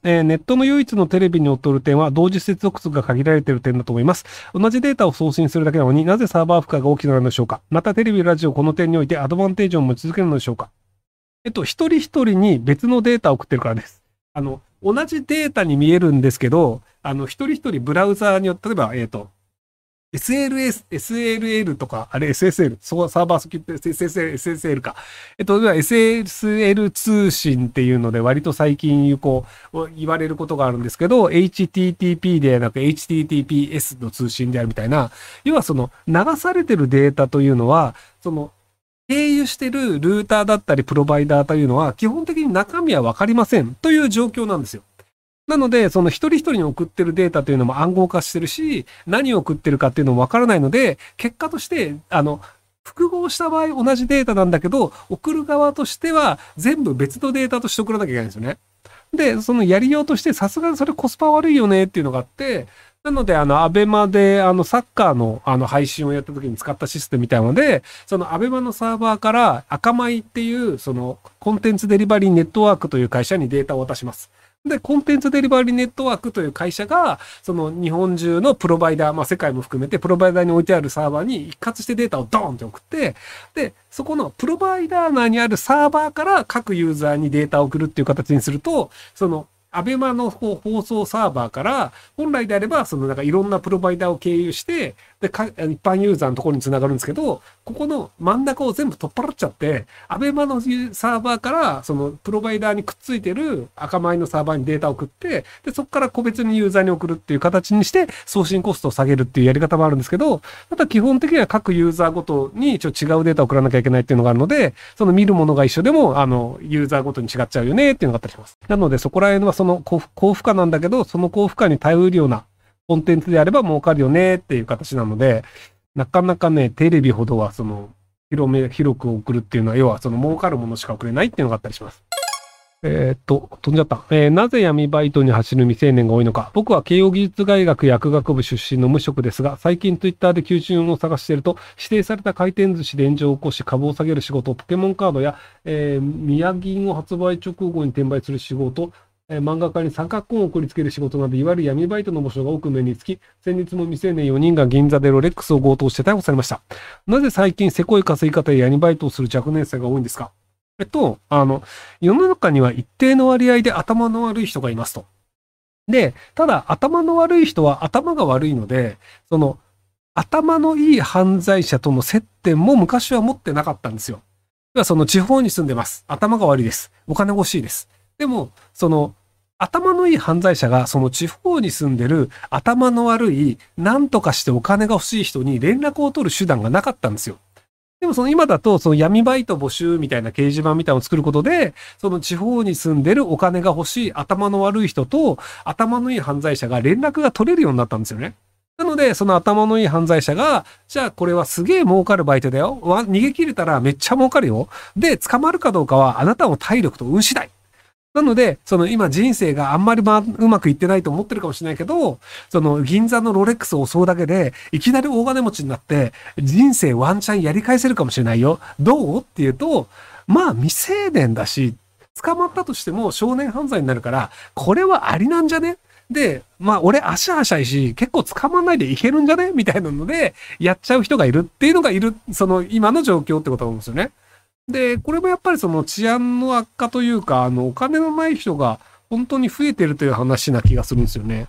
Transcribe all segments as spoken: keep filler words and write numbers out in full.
えーネットの唯一のテレビに劣る点は同時接続数が限られている点だと思います。同じデータを送信するだけなのになぜサーバー負荷が大きくなるのでしょうか。またテレビ、ラジオ、この点においてアドバンテージを持ち続けるのでしょうか。えっと、一人一人に別のデータを送ってるからです。あの、同じデータに見えるんですけど、あの、一人一人ブラウザーによって、例えば、えっと、エスエルエス、エスエルエル とか、あれ エスエスエル、そうサーバースキュット エスエスエル、エスエスエル か。えっと、エスエスエル 通信っていうので割と最近有効、言われることがあるんですけど、エイチティーティーピー ではなく エイチティーティーピーエス の通信であるみたいな、要はその流されてるデータというのは、その経由してるルーターだったりプロバイダーというのは基本的に中身はわかりませんという状況なんですよ。なので、その一人一人に送ってるデータというのも暗号化してるし、何を送ってるかっていうのもわからないので、結果として、あの、複合した場合同じデータなんだけど、送る側としては全部別のデータとして送らなきゃいけないんですよね。で、そのやりようとしてさすがにそれコスパ悪いよねっていうのがあって、なので、あの、アベマで、あの、サッカーの、あの、配信をやった時に使ったシステムみたいなので、そのアベマのサーバーから赤米っていう、その、コンテンツデリバリーネットワークという会社にデータを渡します。で、コンテンツデリバリーネットワークという会社が、その日本中のプロバイダー、まあ世界も含めてプロバイダーに置いてあるサーバーに一括してデータをドーンって送って、で、そこのプロバイダー内にあるサーバーから各ユーザーにデータを送るっていう形にすると、その、アベマの放送サーバーから、本来であれば、そのなんかいろんなプロバイダーを経由して、で、か一般ユーザーのところにつながるんですけど、ここの真ん中を全部取っ払っちゃって、アベマのサーバーから、そのプロバイダーにくっついてる赤米のサーバーにデータを送って、で、そこから個別にユーザーに送るっていう形にして、送信コストを下げるっていうやり方もあるんですけど、ただ基本的には各ユーザーごとにちょっと違うデータを送らなきゃいけないっていうのがあるので、その見るものが一緒でも、あの、ユーザーごとに違っちゃうよねっていうのがあったりします。なので、そこら辺はその高負荷なんだけど、その高負荷に耐えうるようなコンテンツであれば儲かるよねっていう形なので、なかなかね、テレビほどはその、広め、広く送るっていうのは、要はその儲かるものしか送れないっていうのがあったりします。えーっと、飛んじゃった。えーなぜ闇バイトに走る未成年が多いのか。僕は慶応義塾大学薬学部出身の無職ですが、最近ツイッターで求人を探していると、指定された回転寿司で炎上を起こし株を下げる仕事、ポケモンカードや、えー、宮銀を発売直後に転売する仕事、えー漫画家に三角コーンを送りつける仕事など、いわゆる闇バイトの募集が多く目につき、先日も未成年よにんが銀座でロレックスを強盗して逮捕されました。なぜ最近せこい稼ぎ方や闇バイトをする若年生が多いんですか。えっと、あの、世の中には一定の割合で頭の悪い人がいますと。で、ただ頭の悪い人は頭が悪いので、その、頭のいい犯罪者との接点も昔は持ってなかったんですよ。要はその地方に住んでます。頭が悪いです。お金欲しいです。でも、その、頭のいい犯罪者がその地方に住んでる頭の悪い、何とかしてお金が欲しい人に連絡を取る手段がなかったんですよ。でもその今だと、その闇バイト募集みたいな掲示板みたいなのを作ることで、その地方に住んでるお金が欲しい頭の悪い人と頭のいい犯罪者が連絡が取れるようになったんですよね。なので、その頭のいい犯罪者が、じゃあこれはすげえ儲かるバイトだよ。わ逃げ切れたらめっちゃ儲かるよ。で、捕まるかどうかはあなたの体力と運次第。なので、その今人生があんまりまうまくいってないと思ってるかもしれないけど、その銀座のロレックスを襲うだけで、いきなり大金持ちになって、人生ワンチャンやり返せるかもしれないよ。どうっていうと、まあ未成年だし、捕まったとしても少年犯罪になるから、これはありなんじゃねで、まあ俺足はしゃいし、結構捕まんないでいけるんじゃねみたいなので、やっちゃう人がいるっていうのがいる、その今の状況ってことなんですよね。で、これもやっぱりその治安の悪化というか、あの、お金のない人が本当に増えてるという話な気がするんですよね。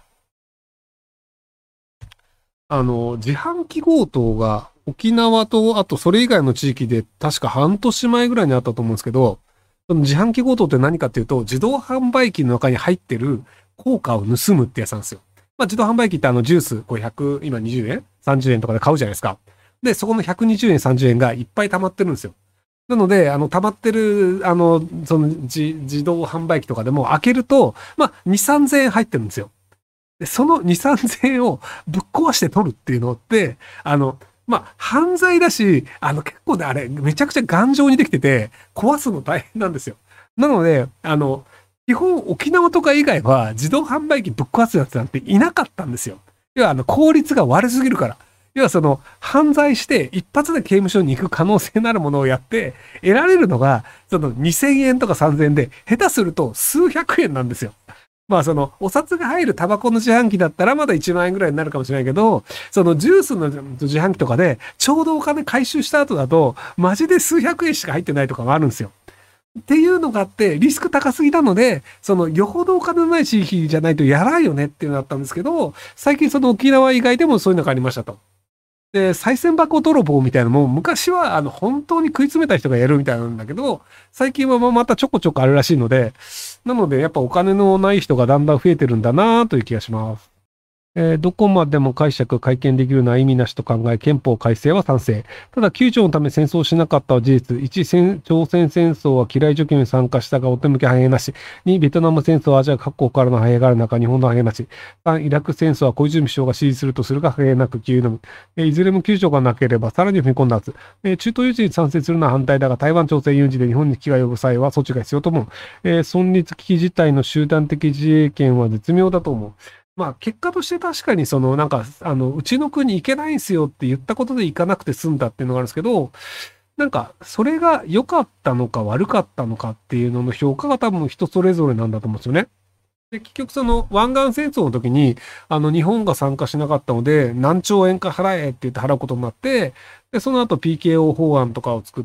あの、自販機強盗が沖縄と、あとそれ以外の地域で確か半年前ぐらいにあったと思うんですけど、その自販機強盗って何かっていうと、自動販売機の中に入ってる硬貨を盗むってやつなんですよ。まあ自動販売機ってあのジュース、こうひゃく、今にじゅうえん ?さんじゅう 円とかで買うじゃないですか。で、そこのひゃくにじゅうえん、さんじゅうえんがいっぱい溜まってるんですよ。なので、あの、溜まってる、あの、その自、自動販売機とかでも開けると、まあ、に、さんぜんえん入ってるんですよ。で、そのに、さんぜんえんをぶっ壊して取るっていうのって、あの、まあ、犯罪だし、あの、結構ね、あれ、めちゃくちゃ頑丈にできてて、壊すの大変なんですよ。なので、あの、基本沖縄とか以外は自動販売機ぶっ壊すやつなんていなかったんですよ。要は、あの、効率が悪すぎるから。要はその、犯罪して一発で刑務所に行く可能性のあるものをやって、得られるのが、そのにせんえんとかさんぜんえんで、下手すると数百円なんですよ。 まあその、お札が入るタバコの自販機だったらまだいちまん円ぐらいになるかもしれないけど、そのジュースの自販機とかで、ちょうどお金回収した後だと、マジで数百円しか入ってないとかもあるんですよ。っていうのがあって、リスク高すぎなので、その、よほどお金のない地域じゃないとやらんよねっていうのだったんですけど、最近その沖縄以外でもそういうのがありましたと。で、賽銭箱泥棒みたいなのも、昔はあの、本当に食い詰めた人がやるみたいなんだけど、最近はまたちょこちょこあるらしいので、なのでやっぱお金のない人がだんだん増えてるんだなという気がします。えーどこまでも解釈、改憲できるのは意味なしと考え、憲法改正は賛成。ただ、きゅう条のため戦争をしなかったは事実。いち、戦朝鮮戦争は嫌い除去に参加したが、お手向け派兵なし。に、ベトナム戦争はアジア各国からの派兵がある中、日本の派兵なし。さん、イラク戦争は小泉首相が支持するとするが、派兵なくきゅうのみ。えーいずれもきゅう条がなければ、さらに踏み込んだはず。えー中東有事に賛成するのは反対だが、台湾朝鮮有事で日本に危機が及ぶ際は措置が必要と思う。えー存立危機事態の集団的自衛権は絶妙だと思う。まあ結果として確かにそのなんかあのうちの国行けないんすよって言ったことで行かなくて済んだっていうのがあるんですけど、なんかそれが良かったのか悪かったのかっていうのの評価が多分人それぞれなんだと思うんですよね。で、結局その湾岸戦争の時にあの日本が参加しなかったので何兆円か払えって言って払うことになって、で、その後 ピーケーオー 法案とかを作って、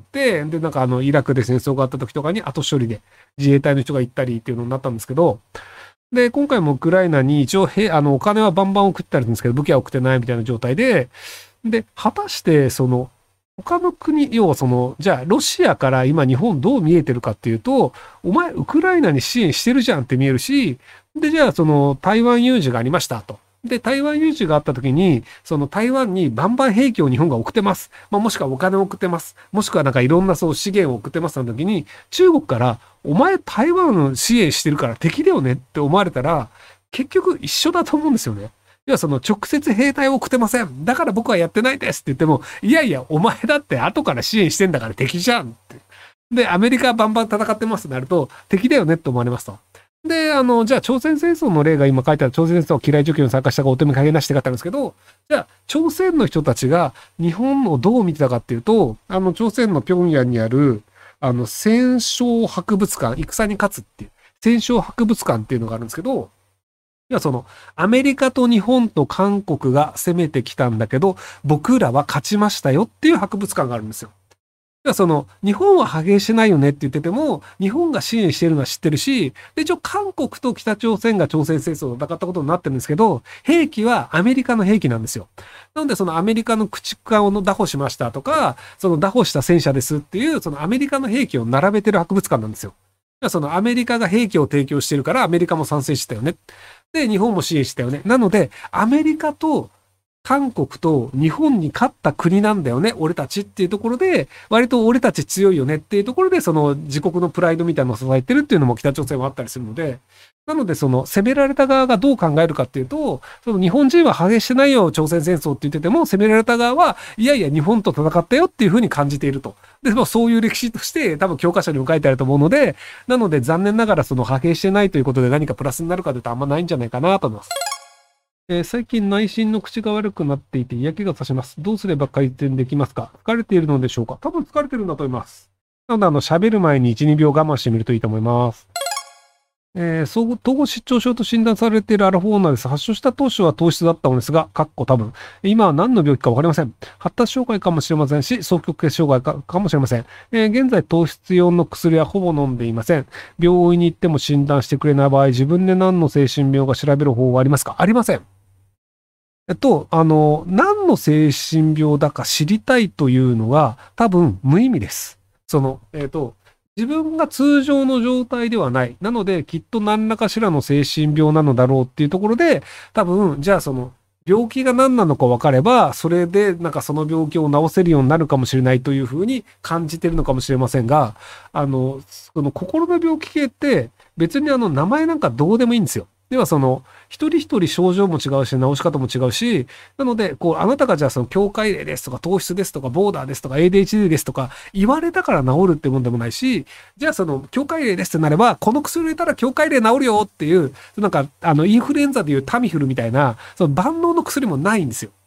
で、なんかあのイラクで戦争があった時とかに後処理で自衛隊の人が行ったりっていうのになったんですけど、で、今回もウクライナに一応、へ、あの、お金はバンバン送ってあるんですけど、武器は送ってないみたいな状態で、で、果たして、その、他の国、要はその、じゃあ、ロシアから今日本どう見えてるかっていうと、お前、ウクライナに支援してるじゃんって見えるし、で、じゃあ、その、台湾有事がありましたと。で、台湾有事があった時に、その台湾にバンバン兵器を日本が送ってます。まあ、もしくはお金を送ってます。もしくはなんかいろんなそう資源を送ってますの時に、中国から、お前台湾の支援してるから敵だよねって思われたら、結局一緒だと思うんですよね。要はその直接兵隊を送ってません。だから僕はやってないですって言っても、いやいや、お前だって後から支援してんだから敵じゃんって。で、アメリカはバンバン戦ってますとなると、敵だよねって思われますと。で、あの、じゃあ朝鮮戦争の例が今書いてある朝鮮戦争を嫌い除去に参加したがお手向かけなしって書いてあるんですけど、じゃあ朝鮮の人たちが日本をどう見てたかっていうと、あの朝鮮の平壌にある、あの戦勝博物館、戦に勝つっていう、戦勝博物館っていうのがあるんですけど、いや、その、アメリカと日本と韓国が攻めてきたんだけど、僕らは勝ちましたよっていう博物館があるんですよ。その、日本は派兵してないよねって言ってても、日本が支援してるのは知ってるし、で、一応韓国と北朝鮮が朝鮮戦争を戦ったことになってるんですけど、兵器はアメリカの兵器なんですよ。なので、そのアメリカの駆逐艦を拿捕しましたとか、その拿捕した戦車ですっていう、そのアメリカの兵器を並べてる博物館なんですよ。そのアメリカが兵器を提供してるからアメリカも賛成したよね。で、日本も支援したよね。なので、アメリカと韓国と日本に勝った国なんだよね、俺たちっていうところで、割と俺たち強いよねっていうところで、その自国のプライドみたいなのを支えてるっていうのも北朝鮮はあったりするので、なのでその攻められた側がどう考えるかっていうと、その日本人は派兵してないよ、朝鮮戦争って言ってても、攻められた側は、いやいや日本と戦ったよっていうふうに感じていると。で、まあそういう歴史として多分教科書にも書いてあると思うので、なので残念ながらその派兵してないということで何かプラスになるかというとあんまないんじゃないかなと思います。えー最近内心の口が悪くなっていて嫌気がさします。どうすれば改善できますか？疲れているのでしょうか？多分疲れてるんだと思います。なので、あの、喋る前にいち、にびょう我慢してみるといいと思います。えー、総合統合失調症と診断されているアラフォーナです。発症した当初は糖質だったのですが、かっこ多分。今は何の病気かわかりません。発達障害かもしれませんし、双極血障害かかもしれません。えー現在糖質用の薬はほぼ飲んでいません。病院に行っても診断してくれない場合、自分で何の精神病が調べる方法はありますか？ありません。えっと、あの、何の精神病だか知りたいというのは多分無意味です。その、えっと、自分が通常の状態ではない。なので、きっと何らかしらの精神病なのだろうっていうところで、多分、じゃあその、病気が何なのか分かれば、それでなんかその病気を治せるようになるかもしれないというふうに感じてるのかもしれませんが、あの、その心の病気系って別にあの名前なんかどうでもいいんですよ。ではその、一人一人症状も違うし、治し方も違うし、なので、こう、あなたがじゃあその境界例ですとか、糖質ですとか、ボーダーですとか、エーディーエイチディー ですとか、言われたから治るってもんでもないし、じゃあその、境界例ですってなれば、この薬を入れたら境界例治るよっていう、なんか、あの、インフルエンザでいうタミフルみたいな、その万能の薬もないんですよ。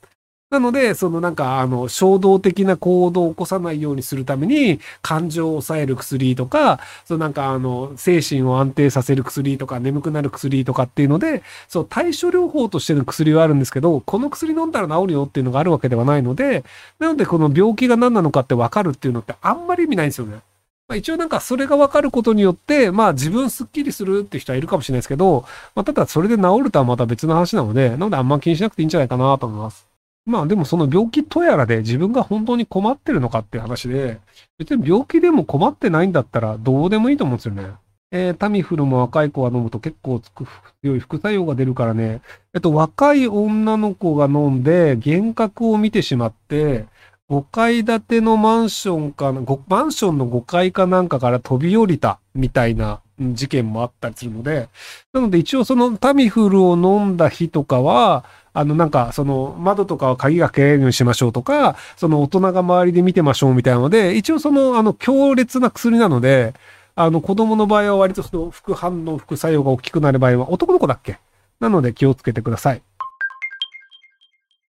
なので、そのなんか、あの、衝動的な行動を起こさないようにするために、感情を抑える薬とか、そのなんか、あの、精神を安定させる薬とか、眠くなる薬とかっていうので、そう、対処療法としての薬はあるんですけど、この薬飲んだら治るよっていうのがあるわけではないので、なので、この病気が何なのかって分かるっていうのってあんまり意味ないんですよね。まあ、一応なんかそれが分かることによって、まあ自分スッキリするって人はいるかもしれないですけど、まあただそれで治るとはまた別の話なので、なのであんま気にしなくていいんじゃないかなと思います。まあでもその病気とやらで自分が本当に困ってるのかっていう話で、別に病気でも困ってないんだったらどうでもいいと思うんですよね。えータミフルも若い子が飲むと結構つく強い副作用が出るからね。えっと、若い女の子が飲んで幻覚を見てしまって、ごかい建てのマンションかな、ごマンションのごかいかなんかから飛び降りたみたいなうん事件もあったりするので、なので一応そのタミフルを飲んだ日とかは、あのなんかその窓とかは鍵がかけられるようにしましょうとか、その大人が周りで見てましょうみたいなので、一応そのあの強烈な薬なので、あの子供の場合は割とその副反応、副作用が大きくなる場合は男の子だっけなので気をつけてください。